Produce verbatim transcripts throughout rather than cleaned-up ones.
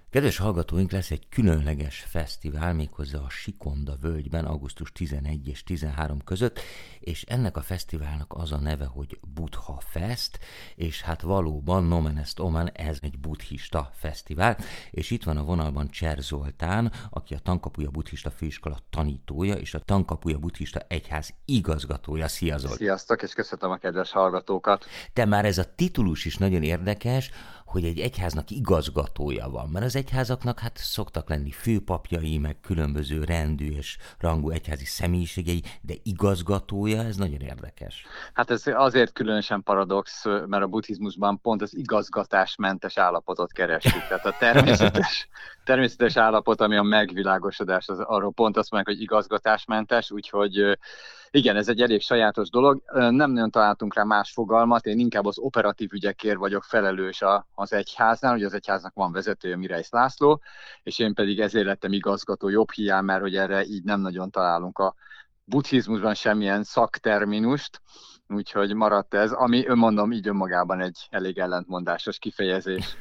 Kedves hallgatóink, lesz egy különleges fesztivál, méghozzá a Sikonda völgyben augusztus tizenegy és tizenhárom között, és ennek a fesztiválnak az a neve, hogy Buddha Fest, és hát valóban nomen est omen, ez egy buddhista fesztivál, és itt van a vonalban Cser Zoltán, aki a Tankapuja Buddhista Főiskola tanítója, és a Tankapuja Buddhista Egyház igazgatója. Szia Zoltán! Sziasztok, és köszöntöm a kedves hallgatókat! Te már ez a titulus is nagyon érdekes, hogy egy egyháznak igazgatója van, mert az egyházaknak hát szoktak lenni főpapjai, meg különböző rendű és rangú egyházi személyiségei, de igazgatója, ez nagyon érdekes. Hát ez azért különösen paradox, mert a buddhizmusban pont az igazgatásmentes állapotot keressük. Tehát a természetes, természetes állapot, ami a megvilágosodás, az arról pont azt mondják, hogy igazgatásmentes, úgyhogy igen, ez egy elég sajátos dolog. Nem nagyon találtunk rá más fogalmat, én inkább az operatív ügyekért vagyok felelős az egyháznál, hogy az egyháznak van vezetője, Mireis László, és én pedig ezért lettem igazgató jobb hiány, mert hogy erre így nem nagyon találunk a buddhizmusban semmilyen szakterminust, úgyhogy maradt ez, ami önmondom így önmagában egy elég ellentmondásos kifejezés.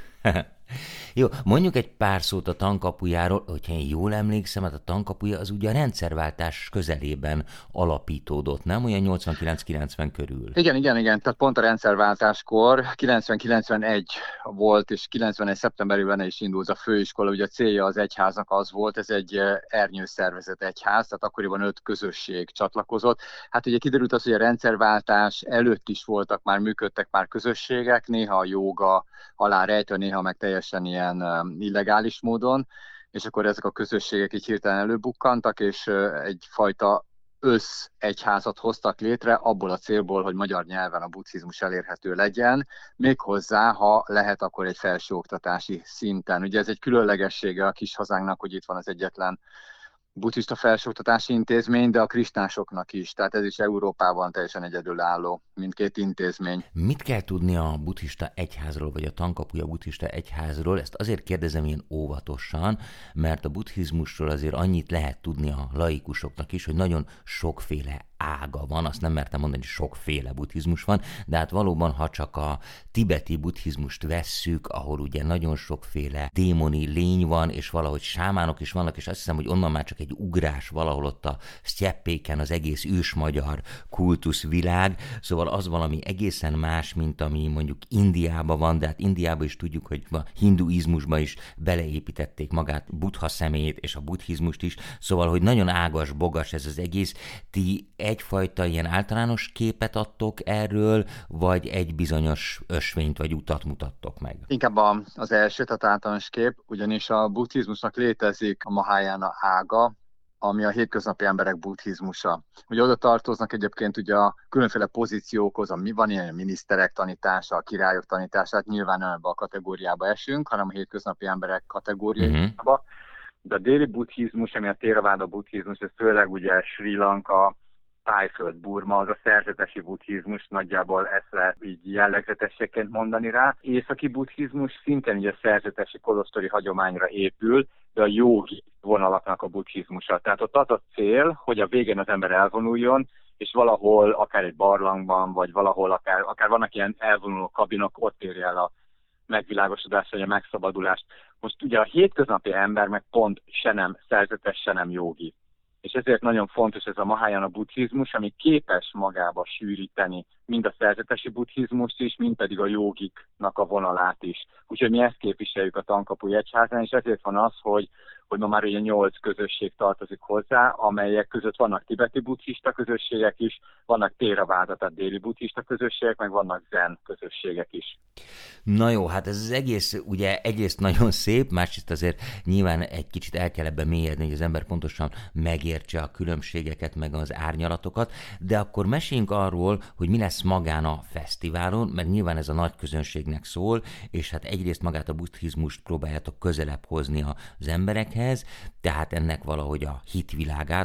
Jó, mondjuk egy pár szót a Tankapujáról, hogyha én jól emlékszem, hát a Tankapuja az ugye a rendszerváltás közelében alapítódott, nem? Olyan nyolcvankilenc-kilencven körül. Igen, igen, igen, tehát pont a rendszerváltáskor kilencven-kilencvenegy volt, és kilencvenegy szeptemberében is indult a főiskola, ugye a célja az egyháznak az volt, ez egy ernyőszervezet egyház, tehát akkoriban öt közösség csatlakozott. Hát ugye kiderült az, hogy a rendszerváltás előtt is voltak már, működtek már közösségek, néha a jóga alá rejtve, néha meg teljesen ilyen illegális módon, és akkor ezek a közösségek így hirtelen előbukkantak, és egyfajta összegyházat hoztak létre abból a célból, hogy magyar nyelven a buddhizmus elérhető legyen, méghozzá, ha lehet, akkor egy felsőoktatási szinten. Ugye ez egy különlegessége a kis hazánknak, hogy itt van az egyetlen buddhista felsőoktatási intézmény, de a kristánsoknak is, tehát ez is Európában teljesen egyedülálló, mindkét intézmény. Mit kell tudni a buddhista egyházról, vagy a Tankapuja Buddhista Egyházról? Ezt azért kérdezem ilyen óvatosan, mert a buddhizmusról azért annyit lehet tudni a laikusoknak is, hogy nagyon sokféle ága van, azt nem mertem mondani, hogy sokféle buddhizmus van, de hát valóban, ha csak a tibeti buddhizmust vesszük, ahol ugye nagyon sokféle démoni lény van, és valahogy sámánok is vannak, és azt hiszem, hogy onnan már csak egy ugrás valahol ott a sztyeppéken az egész ősmagyar kultuszvilág, szóval az valami egészen más, mint ami mondjuk Indiában van, de hát Indiában is tudjuk, hogy a hinduizmusba is beleépítették magát Buddha személyét és a buddhizmust is, szóval, hogy nagyon ágas, bogas ez az egész. Ti egyfajta ilyen általános képet adtok erről, vagy egy bizonyos ösvényt vagy utat mutattok meg? Inkább az első, tehát általános kép, ugyanis a buddhizmusnak létezik a Mahayana ága, ami a hétköznapi emberek buddhizmusa. Ugye oda tartoznak egyébként ugye a különféle pozíciókhoz, ami van ilyen a miniszterek tanítása, a királyok tanítása, hát nyilván nem ebbe a kategóriába esünk, hanem a hétköznapi emberek kategóriába. Uh-huh. De a déli buddhizmus, ami a Theravada buddhizmus, ez főleg ugye Sri Lanka, Tájföld, Burma, az a szerzetesi buddhizmus, nagyjából ezt lehet így jellegzetességként mondani rá. Északi buddhizmus szintén ugye a szerzetesi kolostori hagyományra épül, de a jógi vonalaknak a buddhizmusa. Tehát ott az a cél, hogy a végén az ember elvonuljon, és valahol, akár egy barlangban, vagy valahol, akár, akár vannak ilyen elvonuló kabinok, ott érje el a megvilágosodást, vagy a megszabadulást. Most ugye a hétköznapi ember meg pont se nem szerzetes, se nem jógi. És ezért nagyon fontos ez a Mahayana buddhizmus, ami képes magába sűríteni mind a szerzetesi buddhizmust is, mind pedig a jógiknak a vonalát is. Úgyhogy mi ezt képviseljük a Tankapuja Egyházán, és ezért van az, hogy, hogy ma már ugye nyolc közösség tartozik hozzá, amelyek között vannak tibeti buddhista közösségek is, vannak Theravada, tehát déli buddhista közösségek, meg vannak zen közösségek is. Na jó, hát ez az egész ugye egyrészt nagyon szép, másrészt azért nyilván egy kicsit el kell ebbe mélyedni, hogy az ember pontosan megértse a különbségeket, meg az árnyalatokat, de akkor meséljünk arról, hogy mi lesz magán a fesztiválon, mert nyilván ez a nagy közönségnek szól, és hát egyrészt magát a buddhizmust próbáljátok közelebb hozni az emberekhez, tehát ennek valahogy a hitvilágát, ha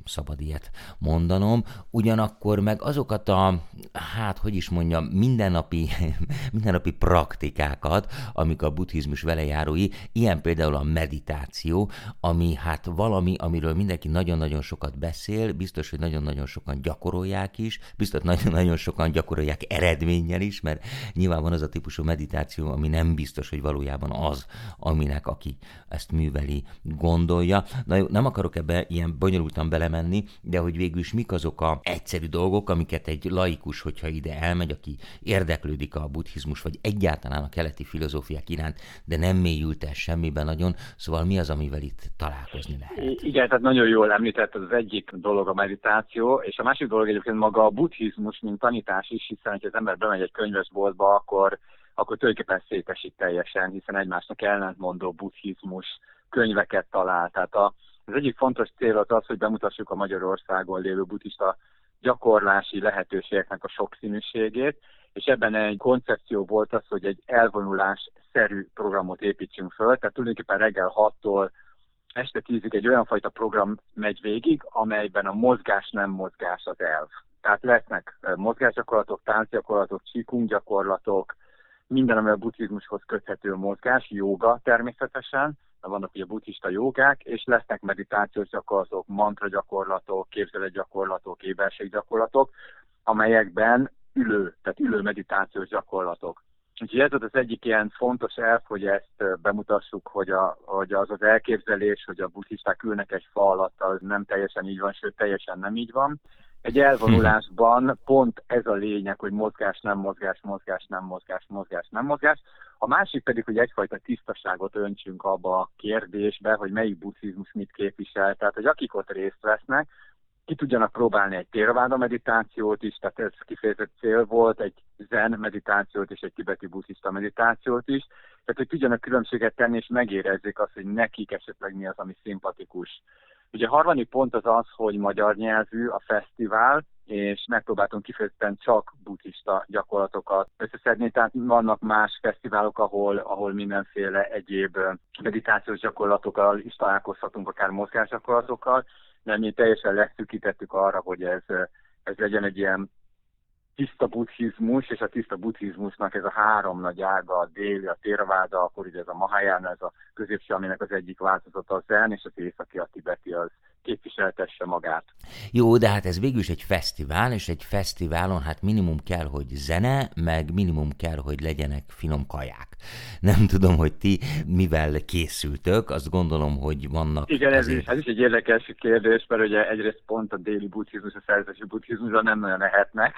szabad ilyet mondanom, ugyanakkor meg azokat a, hát hogy is mondjam, mindennapi, mindennapi praktikákat, amik a buddhizmus velejárói, ilyen például a meditáció, ami hát valami, amiről mindenki nagyon-nagyon sokat beszél, biztos, hogy nagyon-nagyon sokan gyakorolják is, biztos, nagyon-nagyon sokan gyakorolják eredménnyel is, mert nyilván van az a típusú meditáció, ami nem biztos, hogy valójában az, aminek aki ezt műveli, gondolja. Na jó, nem akarok ebbe ilyen bonyolultan belemenni, de hogy végül is mik azok a egyszerű dolgok, amiket egy laikus, hogyha ide elmegy, aki érdeklődik a buddhizmus, vagy egyáltalán a keleti filozófiák iránt, de nem mélyült el semmiben nagyon, szóval mi az, amivel itt találkozni lehet? Igen, tehát nagyon jól említett, az egyik dolog a meditáció, és a másik dolog egyébként maga a buddhizmus, mint tanítás is, hiszen ha az ember bemegy egy könyvesboltba, akkor, akkor tulajdonképpen szétesik teljesen, hiszen egymásnak ellentmondó buddhizmus könyveket talál. Tehát a, az egyik fontos cél az az, hogy bemutassuk a Magyarországon lévő buddhista gyakorlási lehetőségeknek a sokszínűségét, és ebben egy koncepció volt az, hogy egy elvonulás-szerű programot építsünk föl, tehát tulajdonképpen reggel hattól este tízig egy olyan fajta program megy végig, amelyben a mozgás nem mozgás az elv. Tehát lesznek mozgásgyakorlatok, táncgyakorlatok, csíkung gyakorlatok, minden, ami a buddhizmushoz köthető mozgás, jóga természetesen, vannak ugye buddhista jogák, és lesznek meditációs gyakorlatok, mantra gyakorlatok, képzeletgyakorlatok, éberséggyakorlatok, amelyekben ülő, tehát ülő meditációs gyakorlatok. Úgyhogy ez az egyik ilyen fontos elv, hogy ezt bemutassuk, hogy, a, hogy az az elképzelés, hogy a buddhisták ülnek egy fa alatt, az nem teljesen így van, sőt teljesen nem így van. Egy elvonulásban pont ez a lényeg, hogy mozgás, nem mozgás, mozgás, nem mozgás, mozgás, nem mozgás. A másik pedig, hogy egyfajta tisztaságot öntsünk abba a kérdésbe, hogy melyik buddhizmus mit képvisel. Tehát, hogy akik ott részt vesznek, ki tudjanak próbálni egy Theravada meditációt is, tehát ez kifejezett cél volt, egy zen meditációt és egy tibeti buddhista meditációt is, tehát hogy tudjanak különbséget tenni, és megérezzék azt, hogy nekik esetleg mi az, ami szimpatikus. Ugye a harmadik pont az az, hogy magyar nyelvű a fesztivál, és megpróbáltunk kifejezetten csak buddhista gyakorlatokat összeszedni, tehát vannak más fesztiválok, ahol, ahol mindenféle egyéb meditációs gyakorlatokkal is találkozhatunk, akár mozgásgyakorlatokkal, de mi teljesen leszűkítettük arra, hogy ez, ez legyen egy ilyen tiszta buddhizmus, és a tiszta buddhizmusnak ez a három nagy ága, a déli, a Theravada, akkor ugye ez a Mahayana, ez a középső, aminek az egyik változata a zen, és az északi, a tibeti, az képviseltesse magát. Jó, de hát ez végül is egy fesztivál, és egy fesztiválon hát minimum kell, hogy zene, meg minimum kell, hogy legyenek finom kaják. Nem tudom, hogy ti mivel készültök, azt gondolom, hogy vannak... Igen, ez, azért... is, ez is egy érdekes kérdés, mert ugye egyrészt pont a déli buddhizmus, a szerzetesi buddhizmusra nem nagyon lehetnek.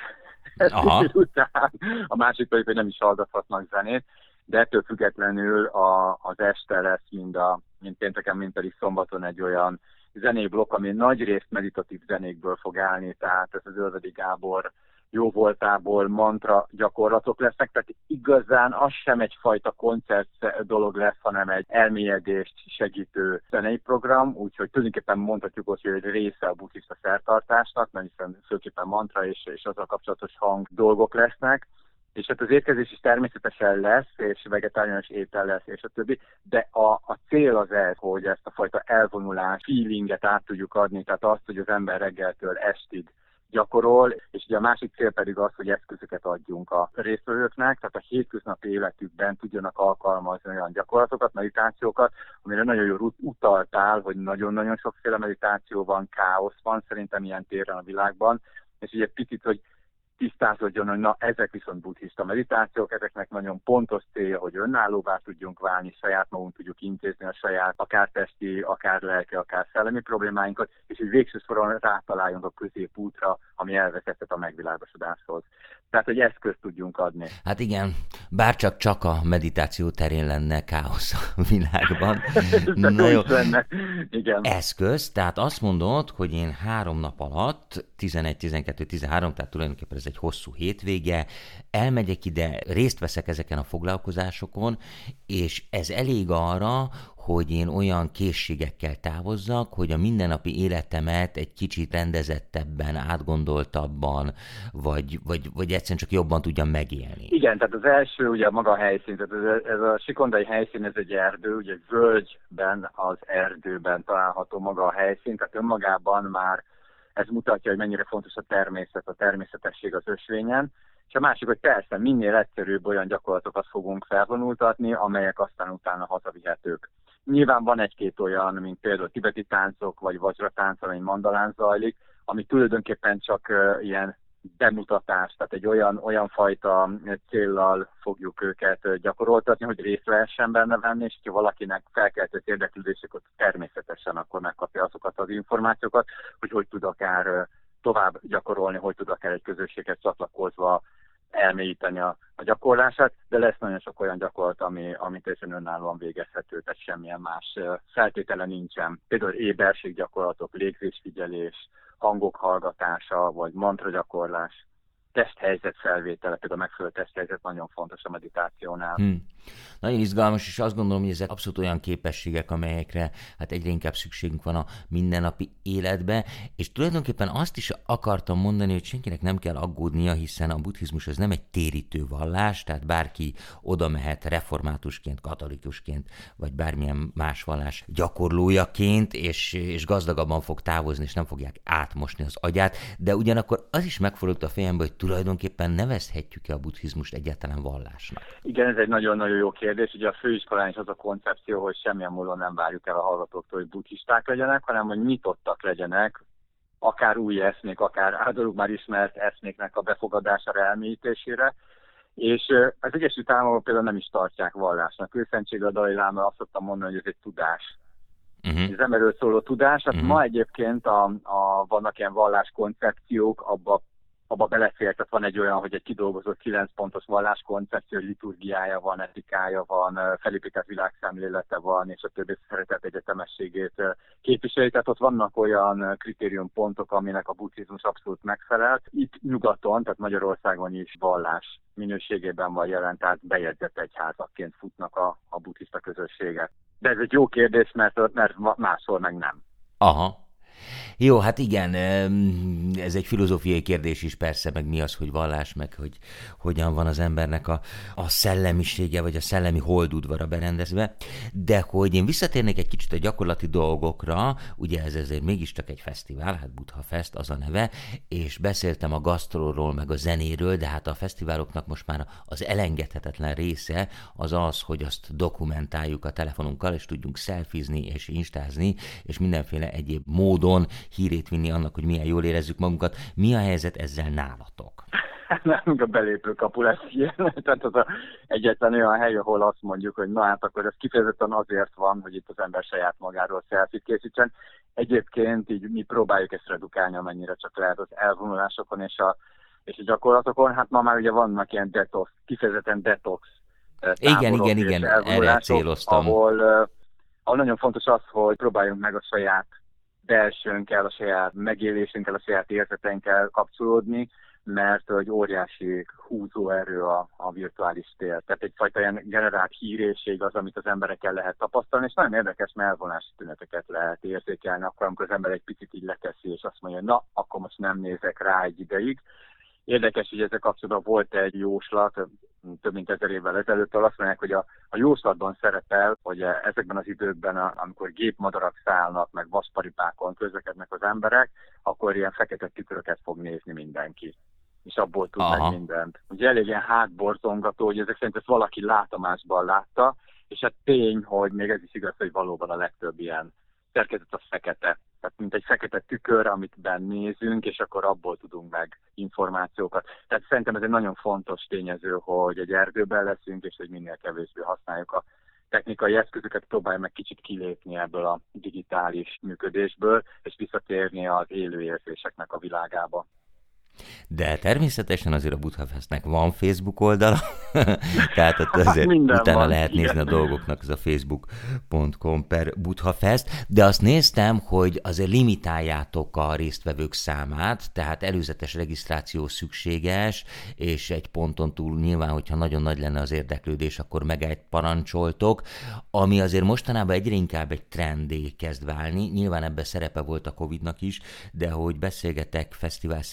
Után. A másik pedig, hogy nem is hallgathatnak zenét, de ettől függetlenül a, az este lesz mind, a, mind pénteken, mind pedig szombaton egy olyan zenéblokk, ami nagy részt meditatív zenékből fog állni, tehát ez az Ölvedi Gábor jó voltából mantra gyakorlatok lesznek, tehát igazán az sem egyfajta koncert dolog lesz, hanem egy elmélyedést segítő zenei program, úgyhogy tulajdonképpen mondhatjuk azt, hogy egy része a buddhista szertartásnak, mert hiszen főképpen mantra és, és azzal kapcsolatos hang dolgok lesznek, és hát az étkezés is természetesen lesz, és vegetáriánus étel lesz, és a többi, de a, a cél az ez, hogy ezt a fajta elvonulás, feelinget át tudjuk adni, tehát azt, hogy az ember reggeltől estig gyakorol, és ugye a másik cél pedig az, hogy eszközöket adjunk a résztvevőknek, tehát a hétköznapi életükben tudjanak alkalmazni olyan gyakorlatokat, meditációkat, amire nagyon jól utaltál, hogy nagyon-nagyon sokféle meditáció van, káosz van szerintem ilyen téren a világban, és ugye picit, hogy tisztázódjon, hogy na, ezek viszont buddhista meditációk, ezeknek nagyon pontos célja, hogy önállóvá tudjunk válni, saját magunk tudjuk intézni a saját, akár testi, akár lelki, akár szellemi problémáinkat, és hogy végső soron rátaláljunk a középútra, ami elvezetett a megvilágosodáshoz. Tehát, hogy eszközt tudjunk adni. Hát igen, bárcsak csak a meditáció terén lenne káosz a világban. Na jó, lenne. Igen. Eszköz, tehát azt mondod, hogy én három nap alatt, tizenegy, tizenkettő, tizenhárom, tehát tulajdonképpen ez egy hosszú hétvége, elmegyek ide, részt veszek ezeken a foglalkozásokon, és ez elég arra, hogy én olyan készségekkel távozzak, hogy a mindennapi életemet egy kicsit rendezettebben, átgondoltabban, vagy, vagy, vagy egyszerűen csak jobban tudjam megélni. Igen, tehát az első ugye maga a helyszín, tehát ez, ez a sikondai helyszín, ez egy erdő, ugye egy völgyben, az erdőben található maga a helyszín, tehát önmagában már Ez mutatja, hogy mennyire fontos a természet, a természetesség az ösvényen. És a másik, hogy persze minél egyszerűbb olyan gyakorlatokat fogunk felvonultatni, amelyek aztán utána hazavihetők. Nyilván van egy-két olyan, mint például tibeti táncok, vagy vajratánc, ami mandalán zajlik, ami tulajdonképpen csak uh, ilyen bemutatás, tehát egy olyan, olyan fajta céllal fogjuk őket gyakoroltatni, hogy részt lehessen benne venni, és ha valakinek felkeltett érdeklődéseket természetesen akkor megkapja azokat az információkat, hogy hogy tud akár tovább gyakorolni, hogy tud akár egy közösséget csatlakozva elmélyíteni a, a gyakorlását, de lesz nagyon sok olyan gyakorlat, ami, ami teljesen önállóan végezhető, tehát semmilyen más feltétele nincsen. Például éberséggyakorlatok, légzésfigyelés, hangok hallgatása, vagy mantra gyakorlás, testhelyzet felvétele, például a megfelelő testhelyzet nagyon fontos a meditációnál. Hmm. Nagyon izgalmas, és azt gondolom, hogy ezek abszolút olyan képességek, amelyekre hát egyre inkább szükségünk van a mindennapi életbe, és tulajdonképpen azt is akartam mondani, hogy senkinek nem kell aggódnia, hiszen a buddhizmus az nem egy térítő vallás, tehát bárki oda mehet reformátusként, katolikusként, vagy bármilyen más vallás gyakorlójaként, és, és gazdagabban fog távozni, és nem fogják átmosni az agyát, de ugyanakkor az is megfordult a fejembe, hogy tulajdonképpen nevezhetjük-e a buddhizmust egyáltalán vallásnak? Igen, ez egy nagyon-nagyon jó kérdés. Ugye a főiskolán is az a koncepció, hogy semmilyen módon nem várjuk el a hallgatóktól, hogy buddhisták legyenek, hanem hogy nyitottak legyenek, akár új eszmék, akár általuk már ismert eszméknek a befogadására, elmélyítésére. És az Egyesült Államok például nem is tartják vallásnak. Őszentséggel a Dalai Láma azt szoktam mondani, hogy ez egy tudás. Uh-huh. Az emberről szóló tudás. Hát uh-huh. Ma egyébként a, a, vannak ilyen valláskoncepciók, abba abba belefér, tehát van egy olyan, hogy egy kidolgozott kilenc pontos valláskoncepció, liturgiája van, etikája van, felépített világszemlélete van, és a többi szeretet egyetemességét képviseli. Tehát ott vannak olyan kritériumpontok, aminek a buddhizmus abszolút megfelelt. Itt nyugaton, tehát Magyarországon is vallás minőségében van jelen, tehát bejegyzett egyházakként futnak a, a buddhista közösségek. De ez egy jó kérdés, mert, mert máshol meg nem. Aha. Jó, hát igen, ez egy filozófiai kérdés is persze, meg mi az, hogy vallás, meg hogy hogyan van az embernek a, a szellemisége, vagy a szellemi holdudvara berendezve, de hogy én visszatérnék egy kicsit a gyakorlati dolgokra, ugye ez ezért mégiscsak egy fesztivál, hát Buddha Fest az a neve, és beszéltem a gasztróról, meg a zenéről, de hát a fesztiváloknak most már az elengedhetetlen része az az, hogy azt dokumentáljuk a telefonunkkal, és tudjunk szelfizni és instázni, és mindenféle egyéb módon hírét vinni annak, hogy milyen jól érezzük magunkat. Mi a helyzet ezzel nálatok? Nálunk a belépőkapu lesz ilyen. Tehát az a egyetlen olyan hely, ahol azt mondjuk, hogy na hát akkor ez kifejezetten azért van, hogy itt az ember saját magáról szelfit készítsen. Egyébként így mi próbáljuk ezt redukálni, amennyire csak lehet az elvonulásokon és a, és a gyakorlatokon. Hát ma már ugye vannak ilyen detox, kifejezetten detox igen, igen, igen, erre céloztam. Ahol, ahol nagyon fontos az, hogy próbáljunk meg a saját belsőnkkel, a saját megélésünkkel, a saját érzetenkkel kapcsolódni, mert hogy óriási húzóerő a, a virtuális tér. Tehát egyfajta ilyen generált híréség az, amit az emberekkel lehet tapasztalni, és nagyon érdekes, mert elvonási tüneteket lehet érzékelni, akkor, amikor az ember egy picit így leteszi, és azt mondja, na, akkor most nem nézek rá egy ideig. Érdekes, hogy ezzel kapcsolatban volt egy jóslat, több mint ezer évvel ezelőtt, azt mondják, hogy a, a jóslatban szerepel, hogy ezekben az időkben, amikor gépmadarak szállnak, meg vasparipákon közlekednek az emberek, akkor ilyen fekete tükröket fog nézni mindenki. És abból tud Aha. meg mindent. Ugye elég ilyen hátborzongató, hogy ezek szerint ezt valaki látomásban látta, és hát tény, hogy még ez is igaz, hogy valóban a legtöbb ilyen szerkezet az fekete. Tehát mint egy fekete tükör, amit nézünk, és akkor abból tudunk meg információkat. Tehát szerintem ez egy nagyon fontos tényező, hogy egy erdőben leszünk, és hogy minél kevésbé használjuk a technikai eszközöket, próbálj meg kicsit kilépni ebből a digitális működésből, és visszatérni az élő érzéseknek a világába. De természetesen azért a Buddha Festnek van Facebook oldala, tehát ott azért Minden utána van, lehet igen. nézni a dolgoknak, ez a facebook pont com per Buddha Fest, de azt néztem, hogy azért limitáljátok a résztvevők számát, tehát előzetes regisztráció szükséges, és egy ponton túl nyilván, hogyha nagyon nagy lenne az érdeklődés, akkor megállt parancsoltok, ami azért mostanában egyre inkább egy trendé kezd válni, nyilván ebben szerepe volt a Covidnak is, de hogy beszélgetek fesztivál szervezők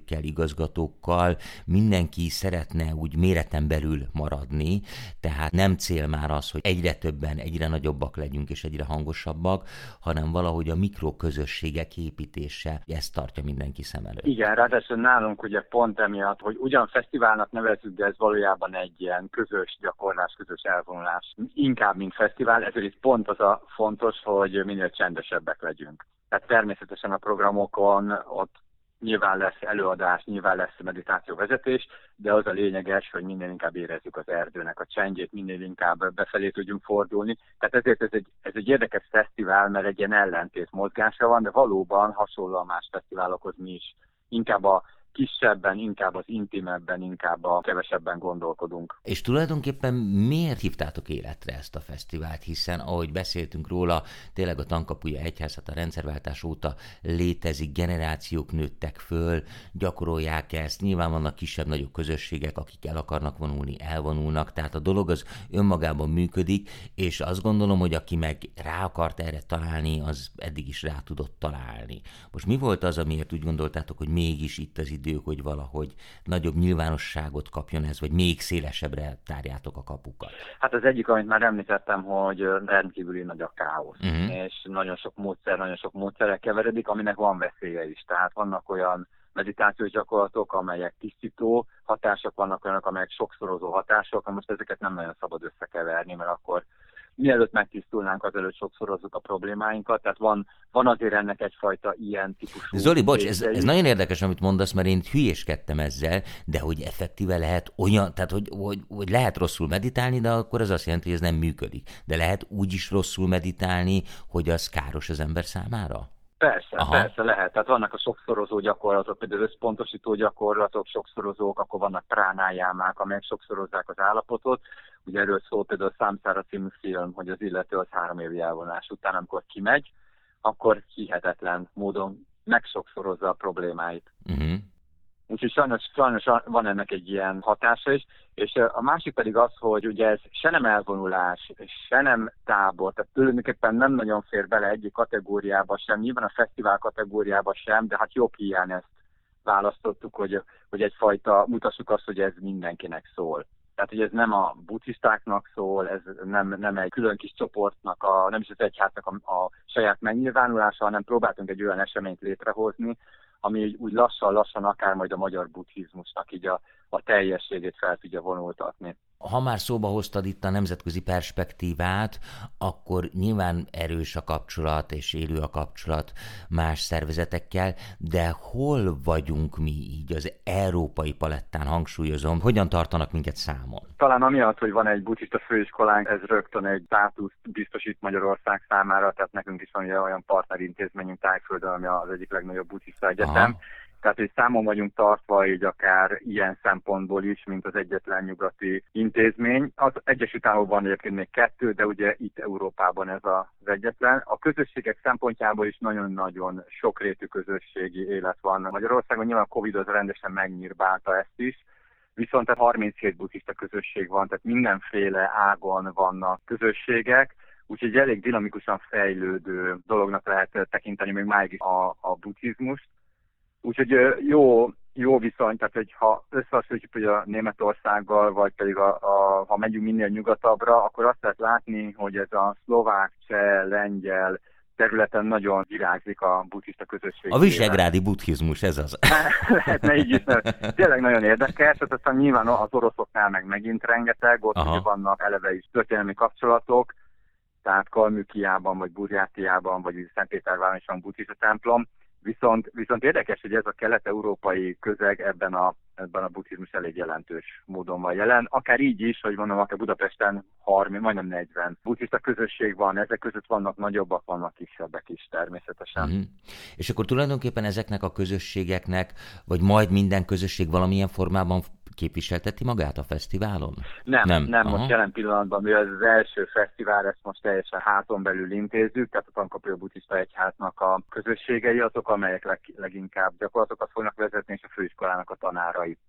vezetőkkel, igazgatókkal mindenki szeretne úgy méreten belül maradni, tehát nem cél már az, hogy egyre többen, egyre nagyobbak legyünk és egyre hangosabbak, hanem valahogy a mikroközösségek építése, ezt tartja mindenki szem előtt. Igen, ráadásul nálunk ugye pont emiatt, hogy ugyan fesztiválnak nevezzük, de ez valójában egy ilyen közös gyakorlás, közös elvonulás. Inkább, mint fesztivál, ezért itt pont az a fontos, hogy minél csendesebbek legyünk. Tehát természetesen a programokon ott nyilván lesz előadás, nyilván lesz meditációvezetés, de az a lényeges, hogy minél inkább érezzük az erdőnek a csendjét, minél inkább befelé tudjunk fordulni. Tehát ezért ez egy, ez egy érdekes fesztivál, mert egy ilyen ellentét mozgása van, de valóban hasonlóan más fesztiválokhoz mi is inkább a kisebben, inkább az intimebben, inkább a kevesebben gondolkodunk. És tulajdonképpen miért hívtátok életre ezt a fesztivált? Hiszen, ahogy beszéltünk róla, tényleg a Tankapuja Egyházat a rendszerváltás óta létezik, generációk nőttek föl, gyakorolják ezt, nyilván vannak kisebb-nagyobb közösségek, akik el akarnak vonulni, elvonulnak, tehát a dolog az önmagában működik, és azt gondolom, hogy aki meg rá akart erre találni, az eddig is rá tudott találni. Most mi volt az, amiért úgy gondoltátok, hogy mégis itt az idő, hogy valahogy nagyobb nyilvánosságot kapjon ez, vagy még szélesebbre tárjátok a kapukat? Hát az egyik, amit már említettem, hogy rendkívüli nagy a káosz, uh-huh. és nagyon sok módszer, nagyon sok módszerrel keveredik, aminek van veszélye is. Tehát vannak olyan meditációs gyakorlatok, amelyek tisztító hatások, vannak olyanok, amelyek sokszorozó hatások, most ezeket nem nagyon szabad összekeverni, mert akkor mielőtt megtisztulnánk, azelőtt sokszorozzuk a problémáinkat, tehát van, van azért ennek egyfajta ilyen típusú... Zoli, bocs, ez, ez nagyon érdekes, amit mondasz, mert én hülyéskedtem ezzel, de hogy effektíve lehet olyan, tehát hogy, hogy, hogy lehet rosszul meditálni, de akkor az azt jelenti, hogy ez nem működik. De lehet úgy is rosszul meditálni, hogy az káros az ember számára? Persze, Aha. persze lehet. Tehát vannak a sokszorozó gyakorlatok, például összpontosító gyakorlatok, sokszorozók, akkor vannak pránájámák, amelyek sokszorozzák az állapotot. Ugye erről szól például a Számszára című film, hogy az illető az három évi elvonás után, amikor kimegy, akkor hihetetlen módon megsokszorozza a problémáit. Uh-huh. Úgyhogy sajnos, sajnos van ennek egy ilyen hatása is, és a másik pedig az, hogy ugye ez se nem elvonulás, se nem tábor, tehát tulajdonképpen nem nagyon fér bele egyik kategóriába sem, nyilván a fesztivál kategóriába sem, de hát jobb hiány ezt választottuk, hogy, hogy egyfajta mutassuk azt, hogy ez mindenkinek szól. Tehát, hogy ez nem a buddhistáknak szól, ez nem, nem egy külön kis csoportnak, a, nem is az egyháznak a, a saját megnyilvánulása, hanem próbáltunk egy olyan eseményt létrehozni, ami úgy lassan-lassan akár majd a magyar buddhizmusnak így a, a teljességét fel tudja vonultatni. Ha már szóba hoztad itt a nemzetközi perspektívát, akkor nyilván erős a kapcsolat és élő a kapcsolat más szervezetekkel, de hol vagyunk mi így az európai palettán, hangsúlyozom, hogyan tartanak minket számon? Talán amiatt, hogy van egy buddhista főiskolánk, ez rögtön egy státuszt biztosít Magyarország számára, tehát nekünk is van olyan partnerintézményünk Tájföldön, ami az egyik legnagyobb buddhista egyetem. Aha. Tehát, hogy számon vagyunk tartva így akár ilyen szempontból is, mint az egyetlen nyugati intézmény. Az Egyesült Államokban egyébként még kettő, de ugye itt Európában ez az egyetlen. A közösségek szempontjából is nagyon-nagyon sokrétű közösségi élet van Magyarországon. Nyilván a Covid az rendesen megnyírbálta ezt is. Viszont harminchét buddhista közösség van, tehát mindenféle ágon vannak közösségek. Úgyhogy elég dinamikusan fejlődő dolognak lehet tekinteni még máig is a, a buddhizmust. Úgyhogy jó, jó viszony, tehát hogy ha összehasonlítjuk hogy a Németországgal, vagy pedig a, a, ha megyünk minél nyugatabbra, akkor azt lehet látni, hogy ez a szlovák, cseh, lengyel területen nagyon virágzik a buddhista közösség. A visegrádi buddhizmus, ez az. Lehetne így is, mert tényleg nagyon érdekes, tehát aztán nyilván az oroszoknál meg megint rengeteg, ott ugye vannak eleve is történelmi kapcsolatok, tehát Kalmükiában, vagy Burjátiában, vagy Szentpéterváron is van buddhista templom. Viszont, viszont érdekes, hogy ez a kelet-európai közeg ebben a, ebben a buddhizmus elég jelentős módon van jelen. Akár így is, hogy mondom, akár Budapesten harminc, majdnem negyven buddhista közösség van, ezek között vannak nagyobbak, vannak kisebbek is természetesen. Mm-hmm. És akkor tulajdonképpen ezeknek a közösségeknek, vagy majd minden közösség valamilyen formában képviselteti magát a fesztiválon? Nem, nem, nem most jelen pillanatban, mivel ez az első fesztivál, ezt most teljesen háton belül intézzük, tehát a Tankapuja Buddhista Egyháznak a közösségei azok, amelyek leg, leginkább gyakorlatokat fognak vezetni, és a főiskolának a tanárai.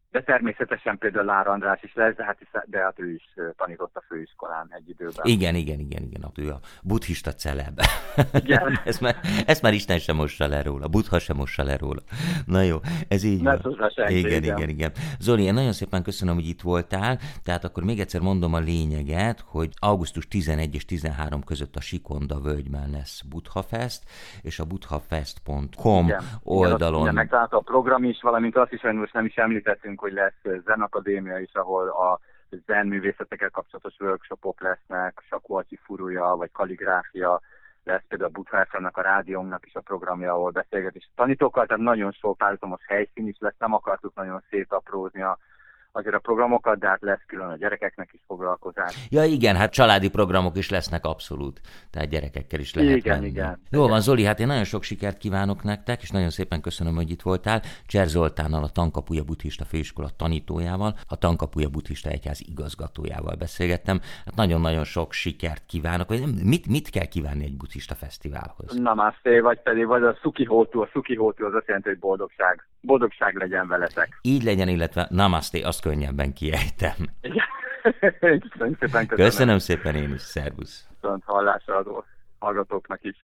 De természetesen például Lár András is lesz, de hát, de hát ő is tanított a főiskolán egy időben. Igen, igen, igen, igen, ő a buddhista celeb. Igen. ezt, már, ezt már Isten sem mossa le róla, Buddha sem mossa le róla. Na jó, ez így van. Igen, igen, igen, igen. Zoli, én nagyon szépen köszönöm, hogy itt voltál, tehát akkor még egyszer mondom a lényeget, hogy augusztus tizenegy és tizenhárom között a Sikonda völgyben lesz Buddha Fest, és a buddhafest pont com igen, oldalon... Igen, megtalálta a program is, valamint azt is, hogy most nem is említettünk, hogy lesz Zen Akadémia is, ahol a zen művészetekkel kapcsolatos workshopok lesznek, Sakuachi Furuja, vagy kaligráfia, lesz például a Buddha ef em-nek, a rádiónknak is a programja, ahol beszélgetés tanítókkal, tehát nagyon sok párhuzamos helyszín is lesz, nem akartuk nagyon szétaprózni a azért a programokat, de hát lesz külön a gyerekeknek is foglalkozás. Ja igen, hát családi programok is lesznek abszolút, tehát gyerekekkel is lehet igen, menni. Igen, Jó igen. van, Zoli, hát én nagyon sok sikert kívánok nektek, és nagyon szépen köszönöm, hogy itt voltál. Cser Zoltánnal, a Tankapuja Buddhista Főiskola tanítójával, a Tankapuja Buddhista Egyház igazgatójával beszélgettem. Hát nagyon-nagyon sok sikert kívánok. Mit, mit kell kívánni egy buddhista fesztiválhoz? Namaste, vagy pedig vagy a Sukihótu, a Sukihótu az azt jelenti, hogy boldogság. Boldogság legyen veletek. Így legyen, illetve Namaste, azt könnyebben kiejtem. Igen. Köszönöm szépen. Köszönöm szépen én is, szervusz. Viszont hallásra adó hallgatóknak is.